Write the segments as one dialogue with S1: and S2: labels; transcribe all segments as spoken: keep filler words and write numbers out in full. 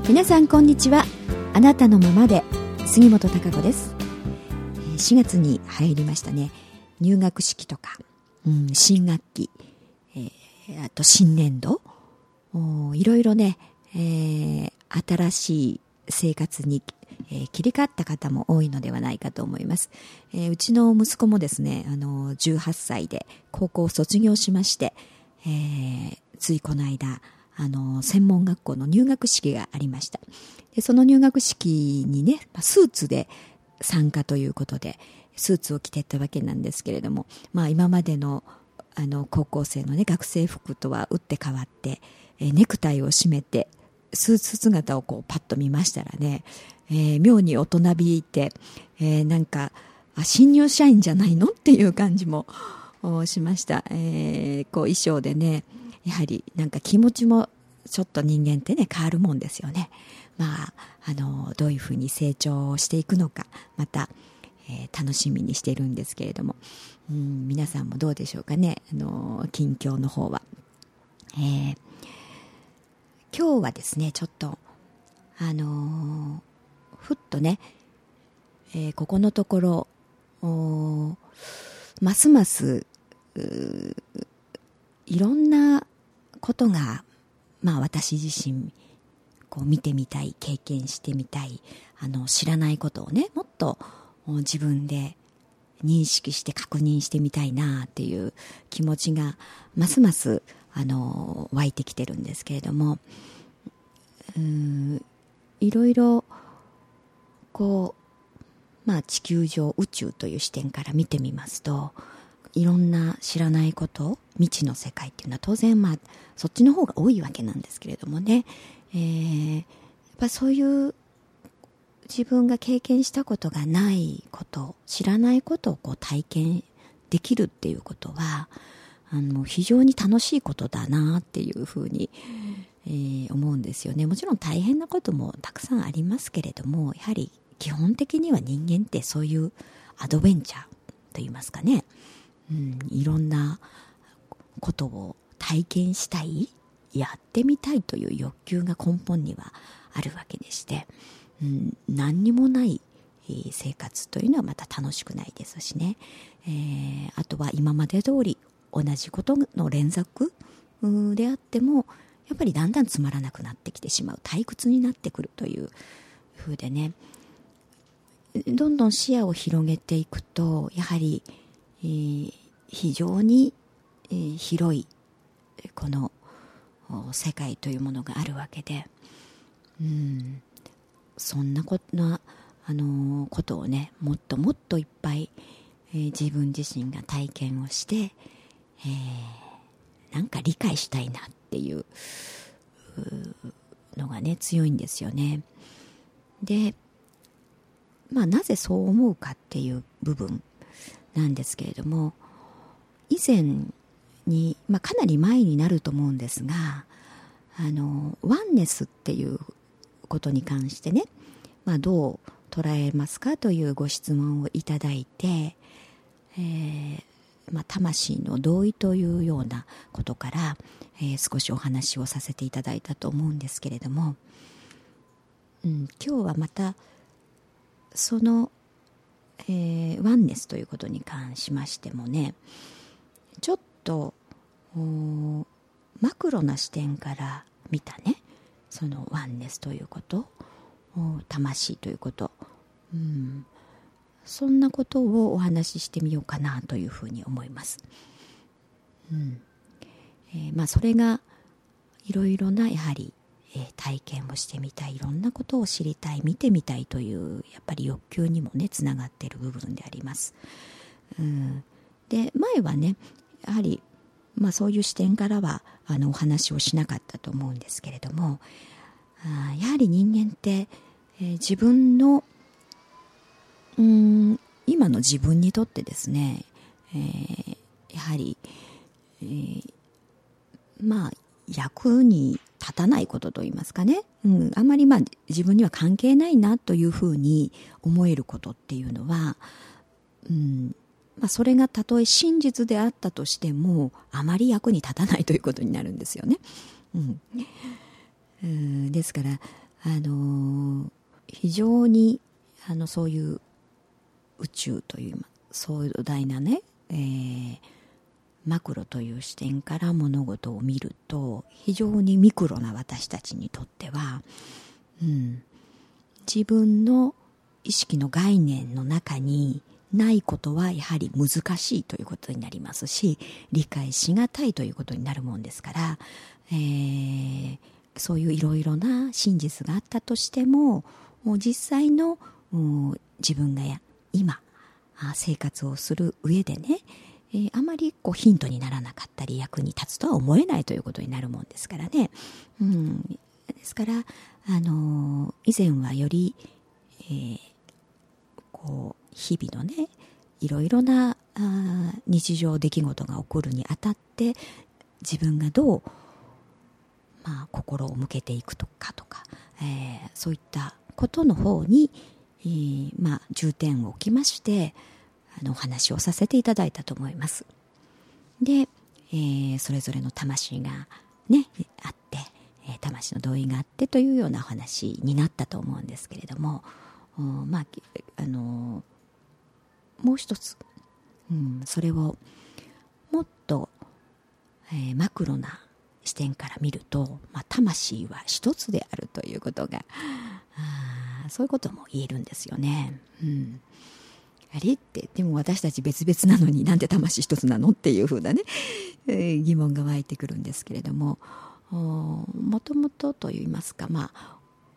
S1: 皆さんこんにちは。あなたのままで杉本孝子です。しがつに入りましたね。入学式とか、うん、新学期、えー、あと新年度、いろいろね、えー、新しい生活に、えー、切り替わった方も多いのではないかと思います。えー、うちの息子もですね、あのじゅうはっさいで高校を卒業しまして、えー、ついこの間あの専門学校の入学式がありました。でその入学式にね、スーツで参加ということでスーツを着ていったわけなんですけれども、まあ、今までのあの高校生のね学生服とは打って変わって、えー、ネクタイを締めてスーツ姿をこうパッと見ましたらね、えー、妙に大人びいて、えー、なんかあ新入社員じゃないのっていう感じもしました。えー、こう衣装でね、やはりなんか気持ちもちょっと人間ってね変わるもんですよね。まあ、あのどういうふうに成長していくのかまた、えー、楽しみにしているんですけれども、うん、皆さんもどうでしょうかね。あの近況の方は、えー、今日はですねちょっとあのー、ふっとね、えー、ここのところますますいろんなことが、まあ、私自身こう見てみたい、経験してみたい、あの知らないことをねもっと自分で認識して確認してみたいなっていう気持ちがますますあの湧いてきてるんですけれども、うーんいろいろこう、まあ、地球上宇宙という視点から見てみますと、いろんな知らないこと未知の世界っていうのは当然、まあ、そっちの方が多いわけなんですけれどもね、えー、やっぱそういう自分が経験したことがないこと、知らないことをこう体験できるっていうことはあの非常に楽しいことだなっていうふうに、えー、思うんですよね。もちろん大変なこともたくさんありますけれども、やはり基本的には人間ってそういうアドベンチャーといいますかね、うん、いろんなことを体験したい、やってみたいという欲求が根本にはあるわけでして、うん、何にもない生活というのはまた楽しくないですしね、えー、あとは今まで通り同じことの連続であってもやっぱりだんだんつまらなくなってきてしまう、退屈になってくるという風でね、どんどん視野を広げていくとやはり、えー、非常に、えー、広いこの世界というものがあるわけで、うん、そんなことな、あのー、ことをねもっともっといっぱい、えー、自分自身が体験をして、えー、なんか理解したいなっていうのがね強いんですよね。で、まあなぜそう思うかっていう部分なんですけれども、以前に、まあ、かなり前になると思うんですが、あのワンネスっていうことに関してね、まあ、どう捉えますかというご質問をいただいて、えーまあ、魂の同意というようなことから、えー、少しお話をさせていただいたと思うんですけれども、うん、今日はまたその、えー、ワンネスということに関しましてもね、ちょっとマクロな視点から見たね、そのワンネスということ、魂ということ、うん、そんなことをお話ししてみようかなというふうに思います。うんえー、まあそれがいろいろなやはり、えー、体験をしてみたい、いろんなことを知りたい、見てみたいというやっぱり欲求にもねつながっている部分であります。うん、で前はねやはり、まあ、そういう視点からはあのお話をしなかったと思うんですけれども、あやはり人間って、えー、自分のうーん今の自分にとってですね、えー、やはり、えー、まあ役に立たないことといいますかね、うん、あんまりまあ自分には関係ないなというふうに思えることっていうのは、うんまあ、それがたとえ真実であったとしてもあまり役に立たないということになるんですよね。うん、うんですからあの非常にあのそういう宇宙という壮大なね、えー、マクロという視点から物事を見ると、非常にミクロな私たちにとっては、うん、自分の意識の概念の中にないことはやはり難しいということになりますし、理解しがたいということになるもんですから、えー、そういういろいろな真実があったとしても、もう実際の自分がや今生活をする上でね、えー、あまりこうヒントにならなかったり役に立つとは思えないということになるもんですからね、うん、ですから、あのー、以前はより、えー、こう日々のねいろいろなあ日常出来事が起こるにあたって自分がどう、まあ、心を向けていくとかとか、えー、そういったことの方に、えーまあ、重点を置きましてあのお話をさせていただいたと思います。で、えー、それぞれの魂がねあって、えー、魂の同意があってというようなお話になったと思うんですけれども、まああのもう一つ、うん、それをもっと、えー、マクロな視点から見ると、まあ、魂は一つであるということがあそういうことも言えるんですよね、うん、あれってでも私たち別々なのになんで魂一つなのっていうふうなね、えー、疑問が湧いてくるんですけれども、もともとといいますか、まあ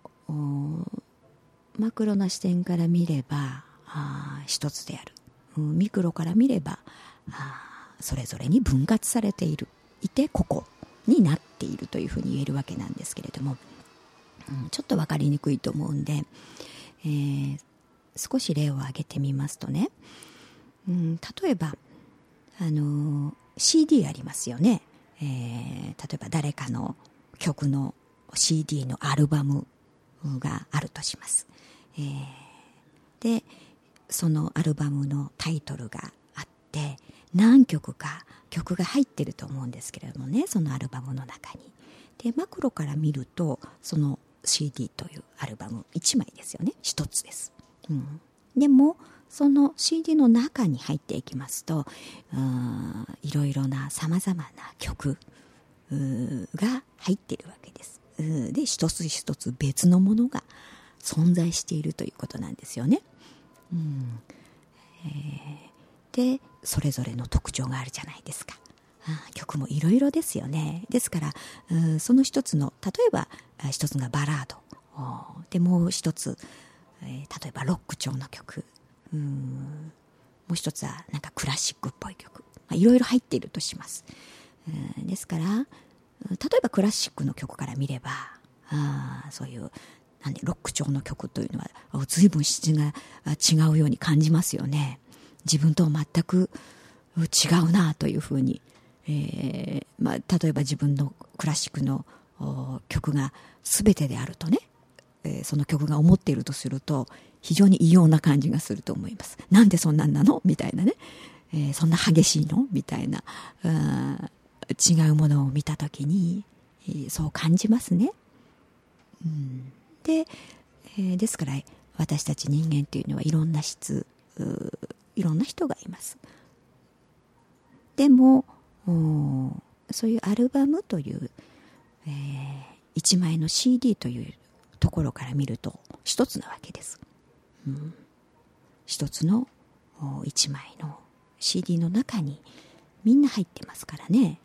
S1: マクロな視点から見ればあ一つである、うん、ミクロから見ればあそれぞれに分割されているいて個々になっているというふうに言えるわけなんですけれども、うん、ちょっと分かりにくいと思うんで、えー、少し例を挙げてみますとね、うん、例えば、あのー、シーディー ありますよね、えー、例えば誰かの曲の シーディー のアルバムがあるとします。えー、でそのアルバムのタイトルがあって何曲か曲が入ってると思うんですけれどもね、そのアルバムの中にでマクロから見るとその シーディー というアルバムいちまいですよね、一つです、うん、でもその シーディー の中に入っていきますといろいろなさまざまな曲が入っているわけです。で一つ一つ別のものが存在しているということなんですよね、うんえー、でそれぞれの特徴があるじゃないですか。あ曲もいろいろですよね。ですからその一つの例えば一つがバラードでもう一つ、えー、例えばロック調の曲、うんもう一つはなんかクラシックっぽい曲、いろいろ入っているとします。うんですから例えばクラシックの曲から見ればあそういうなんでロック調の曲というのは随分質が違うように感じますよね。自分と全く違うなというふうに、えーまあ、例えば自分のクラシックの曲が全てであるとね、えー、その曲が思っているとすると非常に異様な感じがすると思います。なんでそんなんなのみたいなね、えー、そんな激しいのみたいな違うものを見たときに、えー、そう感じますね、うんで、えー、ですから私たち人間というのはいろんな質いろんな人がいます。でもそういうアルバムという、えー、一枚の シーディー というところから見ると一つなわけです、うん、一つの一枚の シーディー の中にみんな入ってますからね、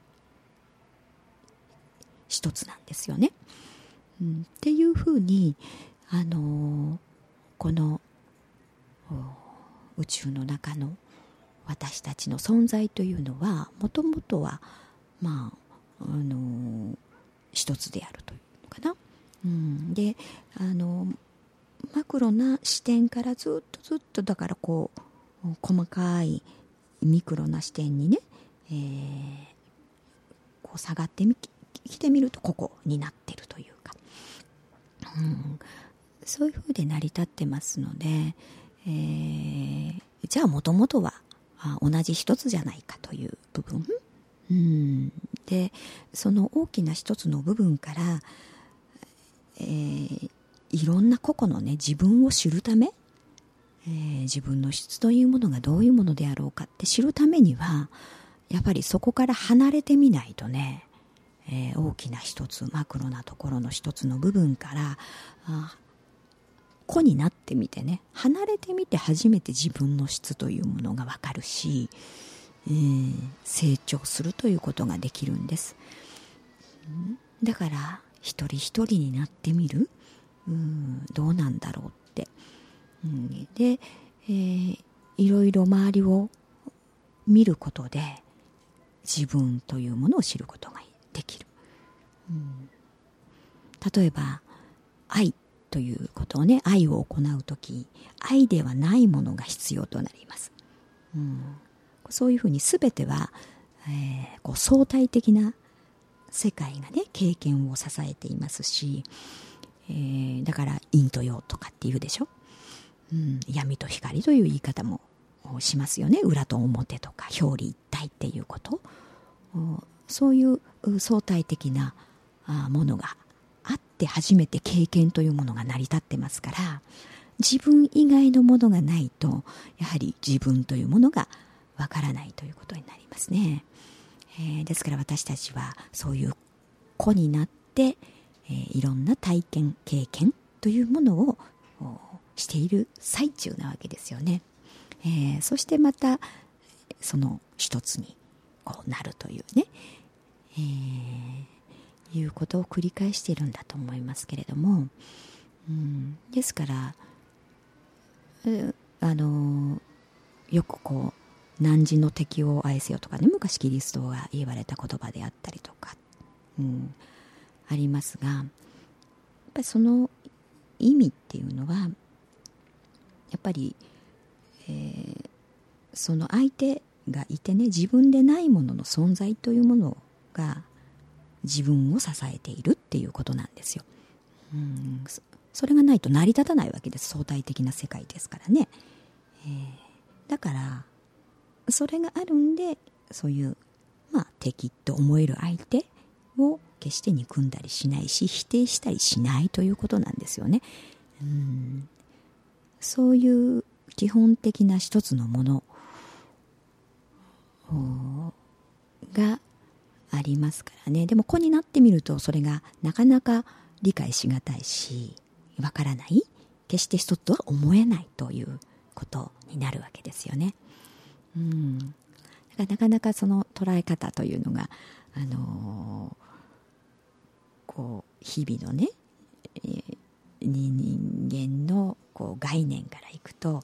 S1: 一つなんですよね、うん、っていうふうに、あのー、この宇宙の中の私たちの存在というのはもともとはまあ、あのー、一つであるというのかな、うん、で、あのー、マクロな視点からずっとずっとだからこう細かいミクロな視点にね、えー、こう下がってみきてみるとここになっているというか、うん、そういうふうで成り立ってますので、えー、じゃあもともとは同じ一つじゃないかという部分、うん、でその大きな一つの部分から、えー、 いろんな個々のね自分を知るため、えー、自分の質というものがどういうものであろうかって知るためにはやっぱりそこから離れてみないとね、えー、大きな一つマクロなところの一つの部分からあ個になってみてね、離れてみて初めて自分の質というものが分かるし、えー、成長するということができるんです。だから一人一人になってみる、うん、どうなんだろうって、うん、で、えー、いろいろ周りを見ることで自分というものを知ることができる、うん、例えば愛ということをね、愛を行うとき愛ではないものが必要となります、うん、そういうふうに全ては、えー、こう相対的な世界がね経験を支えていますし、えー、だから陰と陽とかっていうでしょ、うん、闇と光という言い方もしますよね。裏と表とか表裏一体っていうこと、そういう相対的なものがあって初めて経験というものが成り立ってますから、自分以外のものがないとやはり自分というものがわからないということになりますね。えー、ですから私たちはそういう子になって、えー、いろんな体験経験というものをしている最中なわけですよね。えー、そしてまたその一つにこうなるというね、えー、いうことを繰り返しているんだと思いますけれども、うん、ですから、えー、あのー、よくこう汝の敵を愛せよとかね、昔キリストが言われた言葉であったりとか、うん、ありますが、やっぱりその意味っていうのはやっぱり、えー、その相手がいてね、自分でないものの存在というものが自分を支えているっていうことなんですよ。うん、そ, それがないと成り立たないわけです。相対的な世界ですからね、えー、だからそれがあるんで、そういう、まあ、敵と思える相手を決して憎んだりしないし、否定したりしないということなんですよね。うん、そういう基本的な一つのものがありますからね。でも子になってみるとそれがなかなか理解しがたいし、わからない、決して一つとは思えないということになるわけですよね。うん、だからなかなかその捉え方というのが、あのー、こう日々のね、えー、人間のこう概念からいくと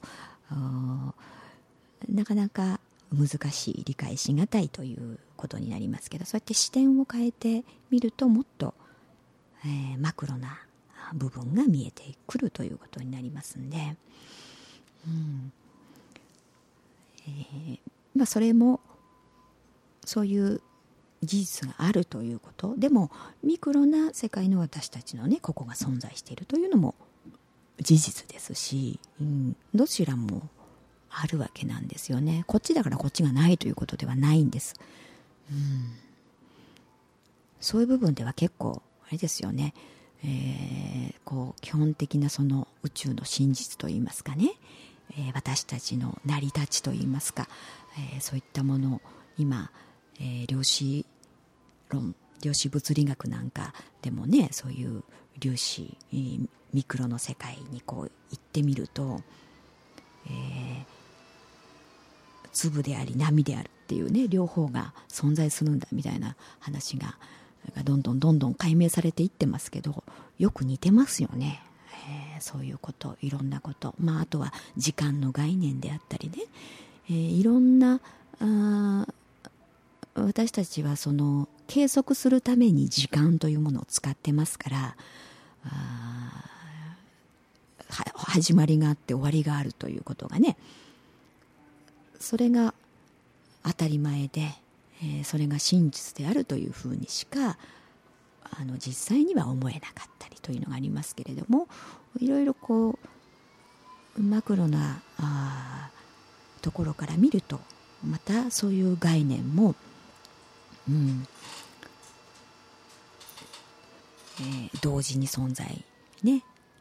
S1: なかなか難しい、理解しがたいということになりますけど、そうやって視点を変えてみるともっと、えー、マクロな部分が見えてくるということになりますんで、うんえーまあ、それもそういう事実があるということ、でもミクロな世界の私たちのね、ここが存在しているというのも事実ですし、うん、どちらもあるわけなんですよね。こっちだからこっちがないということではないんです、うん、そういう部分では結構あれですよね、えー、こう基本的なその宇宙の真実といいますかね、えー、私たちの成り立ちといいますか、えー、そういったものを今、えー、量子論、量子物理学なんかでもね、そういう粒子、えー、ミクロの世界にこう行ってみると、えー、粒であり波であるっていうね、両方が存在するんだみたいな話がどんどんどんどん解明されていってますけど、よく似てますよね、えー、そういうこと、いろんなこと、まあ、あとは時間の概念であったりね、えー、いろんなあ私たちはその計測するために時間というものを使ってますから、あは始まりがあって終わりがあるということがね、それが当たり前で、えー、それが真実であるというふうにしかあの実際には思えなかったりというのがありますけれども、いろいろこうマクロなあところから見るとまたそういう概念も、うんえー、同時に存在ね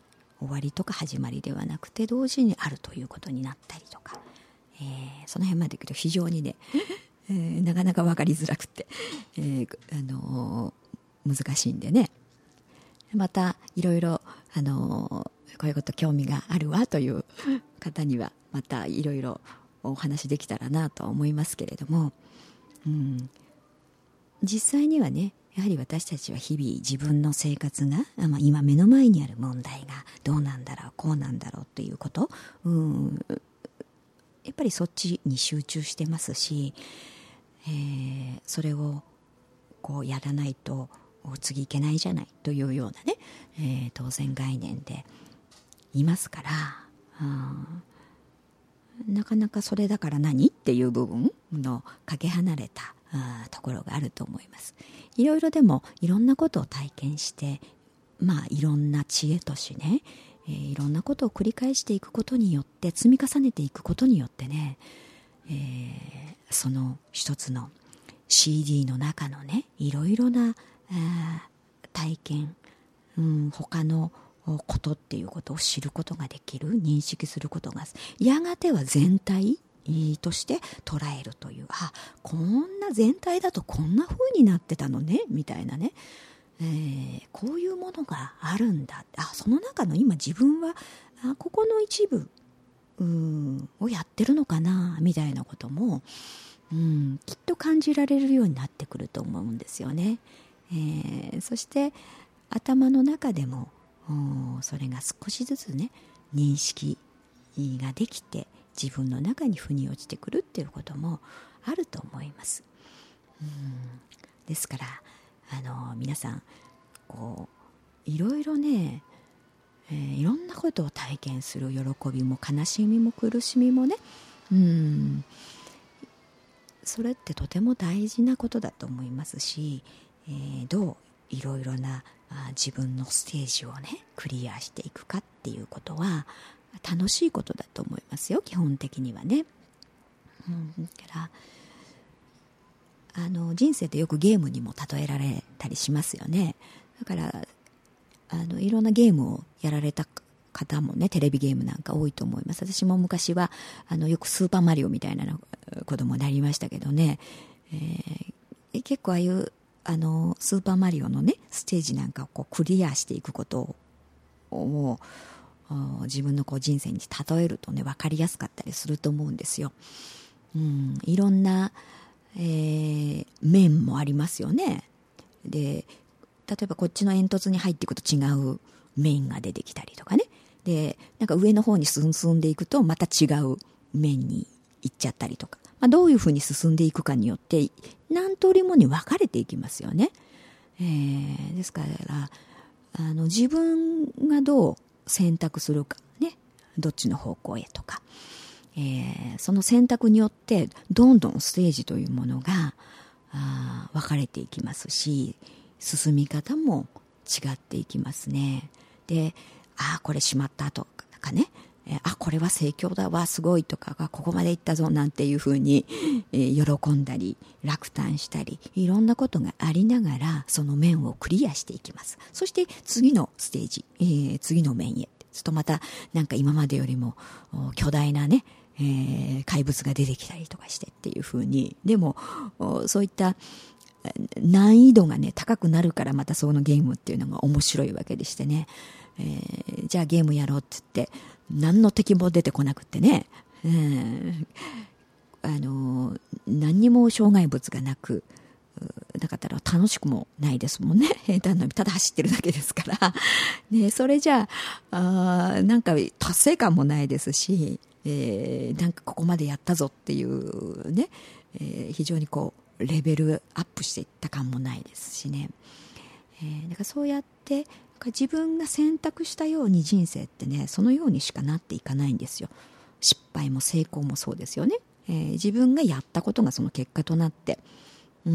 S1: 終わりとか始まりではなくて同時にあるということになったりとか、えー、その辺までいくと非常にね、えー、なかなか分かりづらくて、えーあのー、難しいんでね、またいろいろ、あのー、こういうこと興味があるわという方にはまたいろいろお話できたらなと思いますけれども、うん、実際にはね、やはり私たちは日々自分の生活が、まあ、今目の前にある問題がどうなんだろうこうなんだろうということ、うん、やっぱりそっちに集中してますし、えー、それをこうやらないと次いけないじゃないというようなね、えー、当然概念でいますから、うん、なかなかそれだから何っていう部分のかけ離れたあところがあると思います。いろいろでもいろんなことを体験して、まあいろんな知恵としね、えー、いろんなことを繰り返していくことによって積み重ねていくことによってね、えー、その一つの シーディー の中のねいろいろな体験、うん、他のことっていうことを知ることができる、認識することがやがては全体として捉えるという、あ、こんな全体だとこんな風になってたのねみたいなね、えー、こういうものがあるんだ、あ、その中の今自分はあここの一部うんをやってるのかなみたいなことも、うん、きっと感じられるようになってくると思うんですよね、えー、そして頭の中でもそれが少しずつね認識ができて自分の中に腑に落ちてくるっていうこともあると思います。うん、ですからあの皆さんこういろいろね、えー、いろんなことを体験する喜びも悲しみも苦しみもね、うん、それってとても大事なことだと思いますし、えー、どういろいろなあ自分のステージをねクリアしていくかっていうことは楽しいことだと思いますよ、基本的にはね。うん、だからあの人生ってよくゲームにも例えられたりしますよね。だからあのいろんなゲームをやられた方もねテレビゲームなんか多いと思います。私も昔はあのよくスーパーマリオみたいな子供になりましたけどね、えー、結構ああいうあのスーパーマリオのねステージなんかをこうクリアしていくことを自分のこう人生に例えるとね分かりやすかったりすると思うんですよ。うん、いろんな、えー、面もありますよね。で例えばこっちの煙突に入っていくと違う面が出てきたりとかね、でなんか上の方に進んでいくとまた違う面に行っちゃったりとか、まあ、どういうふうに進んでいくかによって何通りもに分かれていきますよね。えー、ですからあの自分がどう選択するかね、どっちの方向へとか、えー、その選択によってどんどんステージというものがあ分かれていきますし、進み方も違っていきますね。で、ああこれしまったとかね、えー、あこれは盛況だわすごいとかがここまでいったぞなんていうふうに、えー、喜んだり落胆したりいろんなことがありながらその面をクリアしていきます。そして次のステージ、えー、次の面へ、ちょっとまたなんか今までよりも巨大なね、えー、怪物が出てきたりとかしてっていうふうに、でもそういった難易度がね高くなるからまたそのゲームっていうのが面白いわけでしてね、えー、じゃあゲームやろうって言って何の敵も出てこなくってね、うん、あの何にも障害物がなくなかったら楽しくもないですもんね。平坦なただ走ってるだけですからね、それじゃあ、あなんか達成感もないですし、えー、なんかここまでやったぞっていうね、えー、非常にこうレベルアップしていった感もないですしね、えー、だからそうやって自分が選択したように人生ってねそのようにしかなっていかないんですよ。失敗も成功もそうですよね、えー、自分がやったことがその結果となって、うん、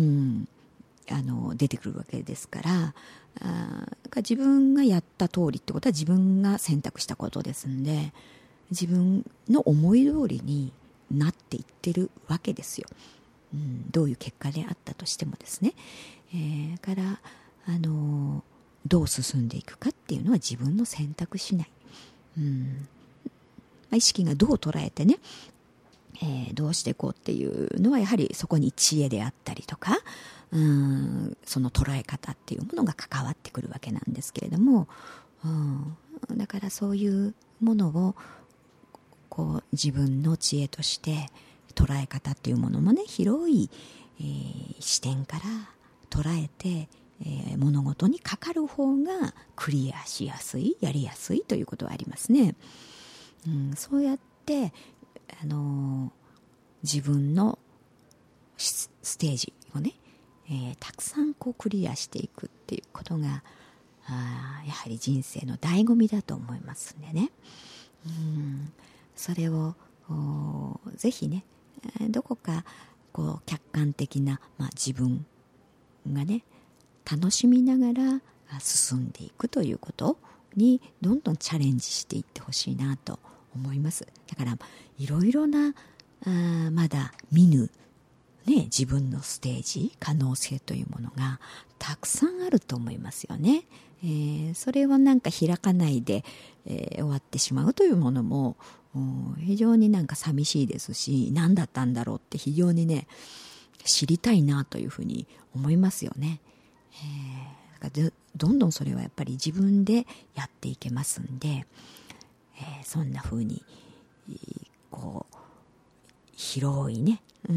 S1: あの出てくるわけですから、あ自分がやった通りってことは自分が選択したことですんで、自分の思い通りになっていってるわけですよ、うん、どういう結果であったとしてもですね、えー、からあのどう進んでいくかっていうのは自分の選択しない、 うんまあ、意識がどう捉えてね、えー、どうしていこうっていうのはやはりそこに知恵であったりとか、うんその捉え方っていうものが関わってくるわけなんですけれども、うん、だからそういうものをこう自分の知恵として捉え方っていうものもね、広い、えー、視点から捉えて、えー、物事にかかる方がクリアしやすい、やりやすいということはありますね。うん、そうやってあのー、自分のステージをね、えー、たくさんこうクリアしていくっていうことがあやはり人生の醍醐味だと思いますんでね、うんそれをぜひね、どこかこう客観的な、まあ、自分がね楽しみながら進んでいくということにどんどんチャレンジしていってほしいなと思います。だからいろいろなあまだ見ぬ、ね、自分のステージ可能性というものがたくさんあると思いますよね。えー、それをなんか開かないで、えー、終わってしまうというものも非常になんか寂しいですし、何だったんだろうって非常にね知りたいなというふうに思いますよね。えー、だからどんどんそれはやっぱり自分でやっていけますんで、えー、そんなふうにこう広いね、うん、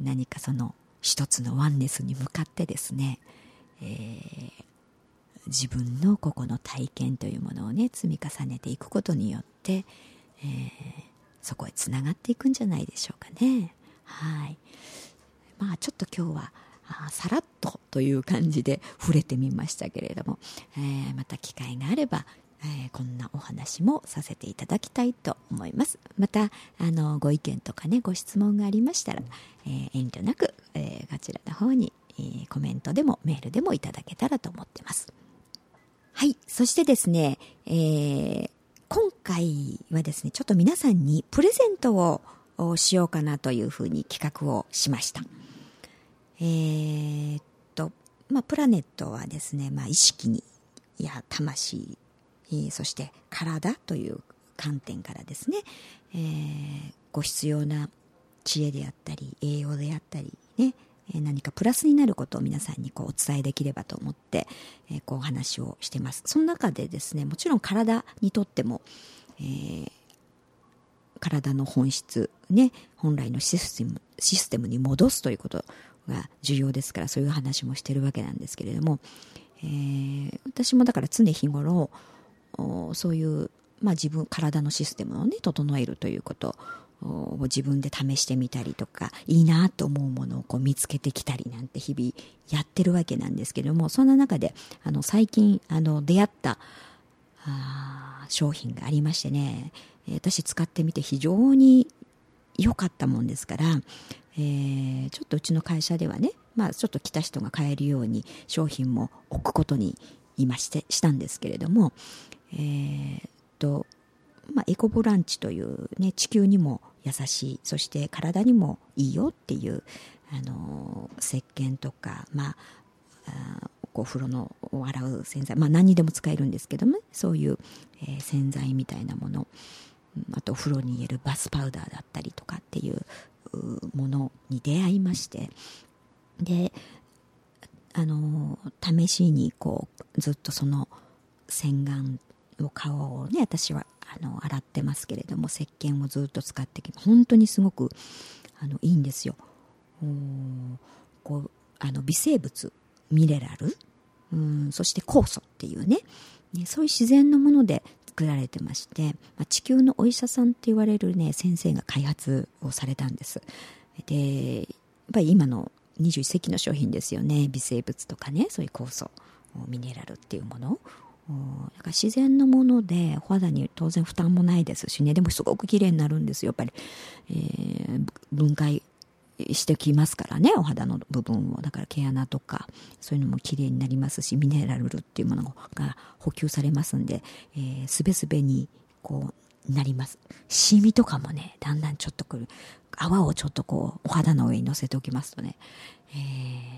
S1: 何かその一つのワンネスに向かってですね、えー、自分の個々の体験というものをね積み重ねていくことによって、えー、そこへつながっていくんじゃないでしょうかね。はい。まあちょっと今日はあさらっとという感じで触れてみましたけれども、えー、また機会があれば、えー、こんなお話もさせていただきたいと思います。またあのご意見とかねご質問がありましたら、えー、遠慮なく、えー、こちらの方に、えー、コメントでもメールでもいただけたらと思ってます。はい。そしてですね、えー、今回はですねちょっと皆さんにプレゼントをしようかなというふうに企画をしました。えー、っとまあプラネットはですね、まあ、意識にや魂、えー、そして体という観点からですね、えー、ご必要な知恵であったり栄養であったりね、えー、何かプラスになることを皆さんにこうお伝えできればと思って、えー、こうお話をしています。その中でですねもちろん体にとっても、えー体の本質、ね、本来のシステム、システムに戻すということが重要ですから、そういう話もしてるわけなんですけれども、えー、私もだから常日頃そういう、まあ、自分体のシステムをね整えるということを自分で試してみたりとか、いいなと思うものをこう見つけてきたりなんて日々やってるわけなんですけれども、そんな中であの最近あの出会ったあ商品がありましてね、私使ってみて非常に良かったもんですから、えー、ちょっとうちの会社ではね、まあ、ちょっと来た人が買えるように商品も置くことに今してしたんですけれども、えーとまあ、エコボランチという、ね、地球にも優しい、そして体にもいいよっていう、あのー、石鹸とか、まあ、あお風呂の洗う洗剤、まあ、何にでも使えるんですけども、ね、そういう、えー、洗剤みたいなもの、あとお風呂に入れるバスパウダーだったりとかっていうものに出会いまして、であの試しにこうずっとその洗顔を顔をね私はあの洗ってますけれども、石鹸をずっと使ってきて本当にすごくあのいいんですよ。こうあの微生物、ミネラル、うん、そして酵素っていうね、ねそういう自然のもので作られてまして、まあ、地球のお医者さんって言われるね先生が開発をされたんです。でやっぱり今のにじゅういっ世紀の商品ですよね。微生物とかね、そういう酵素、ミネラルっていうもの、だから自然のものでお肌に当然負担もないですしね、でもすごく綺麗になるんですよ。やっぱり、えー、分解してきますからね、お肌の部分を。だから毛穴とかそういうのも綺麗になりますし、ミネラルっていうものが補給されますんで、えー、すべすべにこうなります。シミとかもねだんだんちょっとくる、泡をちょっとこうお肌の上に乗せておきますとね、えー、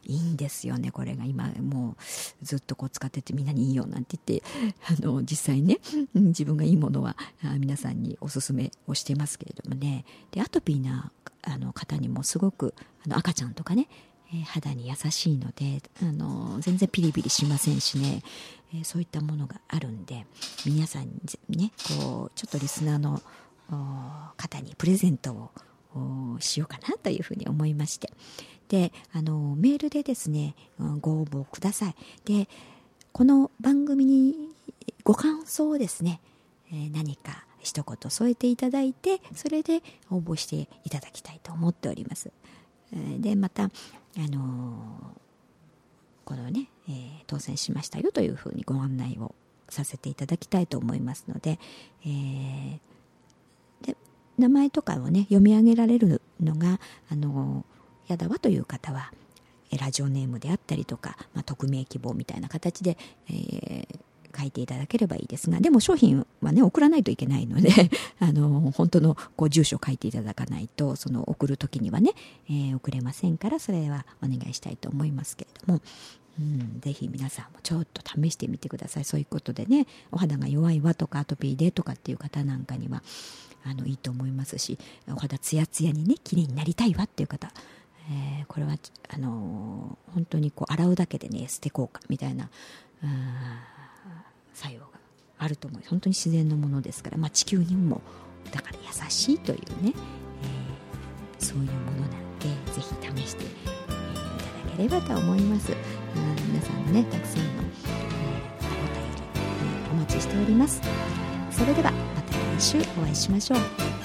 S1: いいんですよね。これが今もうずっとこう使っててみんなにいいよなんて言ってあの実際ね、自分がいいものは皆さんにおすすめをしてますけれどもね。でアトピーなあの方にもすごくあの赤ちゃんとかね、えー、肌に優しいのであの全然ピリピリしませんしね、えー、そういったものがあるんで皆さんにねこうちょっとリスナーの方にプレゼントをしようかなというふうに思いまして、であのメールでですねご応募ください。でこの番組にご感想をですね、えー、何か一言添えていただいてそれで応募していただきたいと思っております。えー、でまたあのー、このね、えー、当選しましたよというふうにご案内をさせていただきたいと思いますので、えー、で名前とかをね読み上げられるのがあのーやだわという方はラジオネームであったりとか、まあ、匿名希望みたいな形で、えー、書いていただければいいですが、でも商品はね送らないといけないのであの本当のこう住所を書いていただかないとその送る時にはね、えー、送れませんから、それはお願いしたいと思いますけれども、うん、ぜひ皆さんもちょっと試してみてください。そういうことでね、お肌が弱いわとかアトピーでとかっていう方なんかにはあのいいと思いますし、お肌ツヤツヤにね綺麗になりたいわっていう方、えー、これはあのー、本当にこう洗うだけでねエステ効果みたいな作用があると思う。本当に自然のものですから、まあ、地球にもだから優しいというね、えー、そういうものなのでぜひ試して、えー、いただければと思います。皆さんのねたくさんの、えー、お便り、えー、お待ちしております。それではまた来週お会いしましょう。